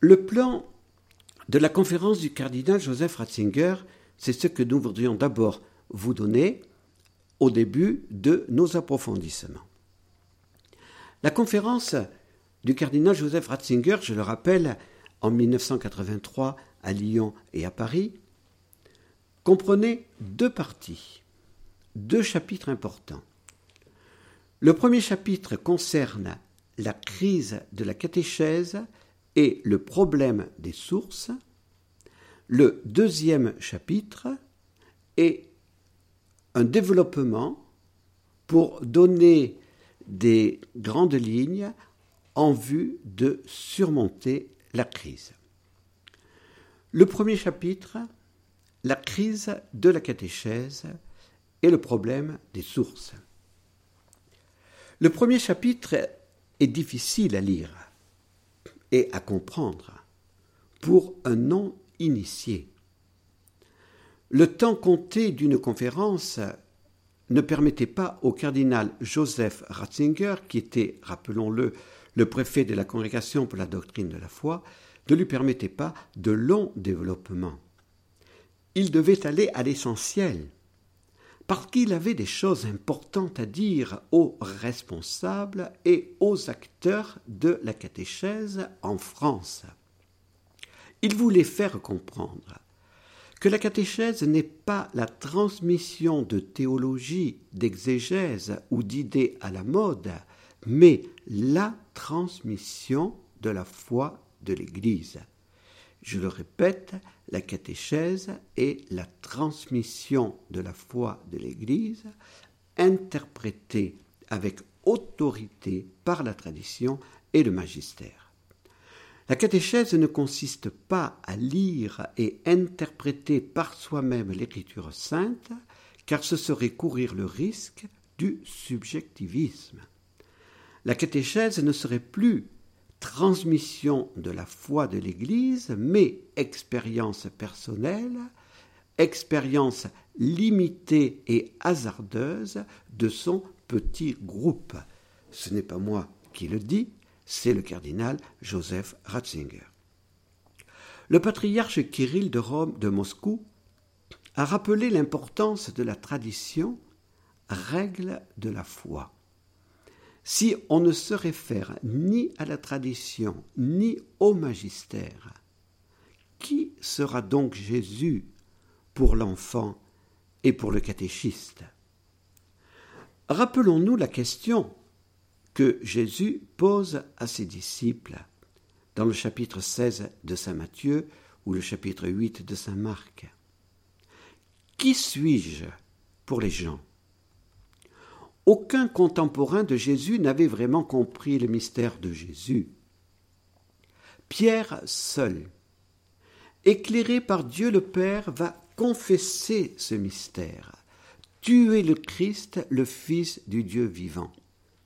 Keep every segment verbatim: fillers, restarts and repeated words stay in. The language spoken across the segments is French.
Le plan de la conférence du cardinal Joseph Ratzinger, c'est ce que nous voudrions d'abord vous donner au début de nos approfondissements. La conférence du cardinal Joseph Ratzinger, je le rappelle, en mille neuf cent quatre-vingt-trois à Lyon et à Paris, comprenait deux parties, deux chapitres importants. Le premier chapitre concerne la crise de la catéchèse et le problème des sources. Le deuxième chapitre est un développement pour donner des grandes lignes en vue de surmonter la crise. Le premier chapitre, la crise de la catéchèse et le problème des sources. Le premier chapitre est difficile à lire et à comprendre pour un non-initié. Le temps compté d'une conférence ne permettait pas au cardinal Joseph Ratzinger, qui était, rappelons-le, le préfet de la Congrégation pour la doctrine de la foi, ne lui permettait pas de longs développements. Il devait aller à l'essentiel, parce qu'il avait des choses importantes à dire aux responsables et aux acteurs de la catéchèse en France. Il voulait faire comprendre que la catéchèse n'est pas la transmission de théologie, d'exégèse ou d'idées à la mode, mais la transmission de la foi de l'Église. Je le répète, la catéchèse est la transmission de la foi de l'Église, interprétée avec autorité par la tradition et le magistère. La catéchèse ne consiste pas à lire et interpréter par soi-même l'Écriture sainte, car ce serait courir le risque du subjectivisme. La catéchèse ne serait plus transmission de la foi de l'Église, mais expérience personnelle, expérience limitée et hasardeuse de son petit groupe. Ce n'est pas moi qui le dis, c'est le cardinal Joseph Ratzinger. Le patriarche Kirill de Rome, de Moscou, a rappelé l'importance de la tradition, règle de la foi. Si on ne se réfère ni à la tradition, ni au magistère, qui sera donc Jésus pour l'enfant et pour le catéchiste? Rappelons-nous la question que Jésus pose à ses disciples dans le chapitre seize de saint Matthieu ou le chapitre huit de saint Marc. Qui suis-je pour les gens? Aucun contemporain de Jésus n'avait vraiment compris le mystère de Jésus. Pierre seul, éclairé par Dieu le Père, va confesser ce mystère. Tu es le Christ, le Fils du Dieu vivant.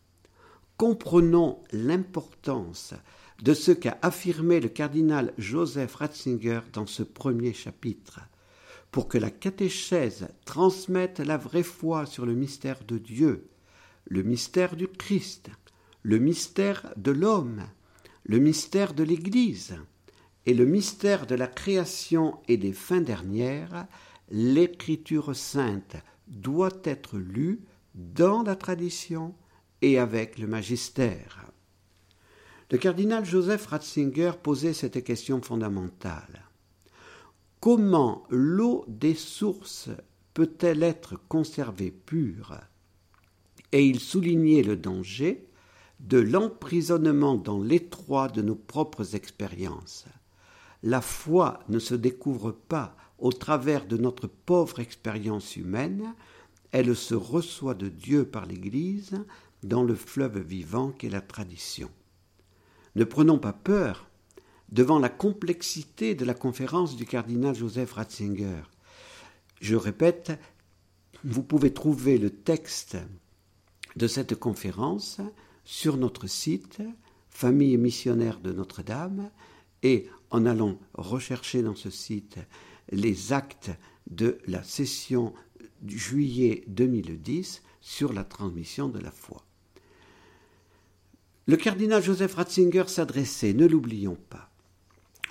Comprenons l'importance de ce qu'a affirmé le cardinal Joseph Ratzinger dans ce premier chapitre. Pour que la catéchèse transmette la vraie foi sur le mystère de Dieu, le mystère du Christ, le mystère de l'homme, le mystère de l'Église et le mystère de la création et des fins dernières, l'Écriture sainte doit être lue dans la tradition et avec le magistère. Le cardinal Joseph Ratzinger posait cette question fondamentale. Comment l'eau des sources peut-elle être conservée pure? Et il soulignait le danger de l'emprisonnement dans l'étroit de nos propres expériences. La foi ne se découvre pas au travers de notre pauvre expérience humaine, elle se reçoit de Dieu par l'Église dans le fleuve vivant qu'est la tradition. Ne prenons pas peur devant la complexité de la conférence du cardinal Joseph Ratzinger. Je répète, vous pouvez trouver le texte de cette conférence sur notre site Famille missionnaire de Notre-Dame et en allant rechercher dans ce site les actes de la session de juillet deux mille dix sur la transmission de la foi. Le cardinal Joseph Ratzinger s'adressait, ne l'oublions pas,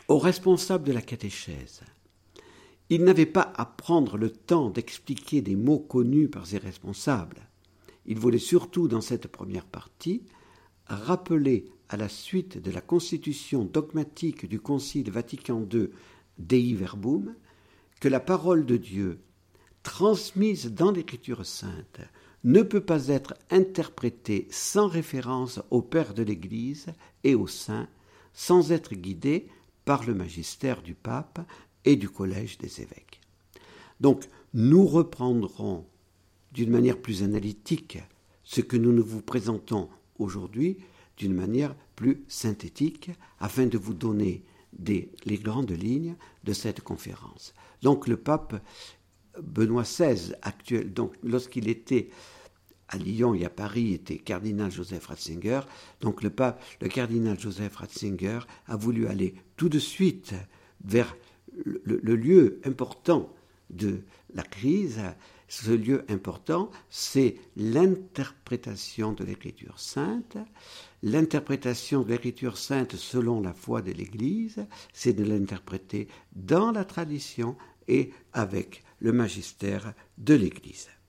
aux responsables de la catéchèse. Il n'avait pas à prendre le temps d'expliquer des mots connus par ses responsables. Il voulait surtout, dans cette première partie, rappeler à la suite de la constitution dogmatique du Concile Vatican deux Dei Verbum que la parole de Dieu, transmise dans l'Écriture sainte, ne peut pas être interprétée sans référence au Père de l'Église et aux saints, sans être guidée par le magistère du pape et du collège des évêques. Donc, nous reprendrons d'une manière plus analytique ce que nous vous présentons aujourd'hui d'une manière plus synthétique afin de vous donner des, les grandes lignes de cette conférence. Donc, le pape Benoît seize, actuel, donc, lorsqu'il était à Lyon et à Paris, était cardinal Joseph Ratzinger. Donc le pape, le cardinal Joseph Ratzinger a voulu aller tout de suite vers le, le, le lieu important de la crise. Ce lieu important, c'est l'interprétation de l'Écriture sainte. L'interprétation de l'Écriture sainte selon la foi de l'Église, c'est de l'interpréter dans la tradition et avec le magistère de l'Église.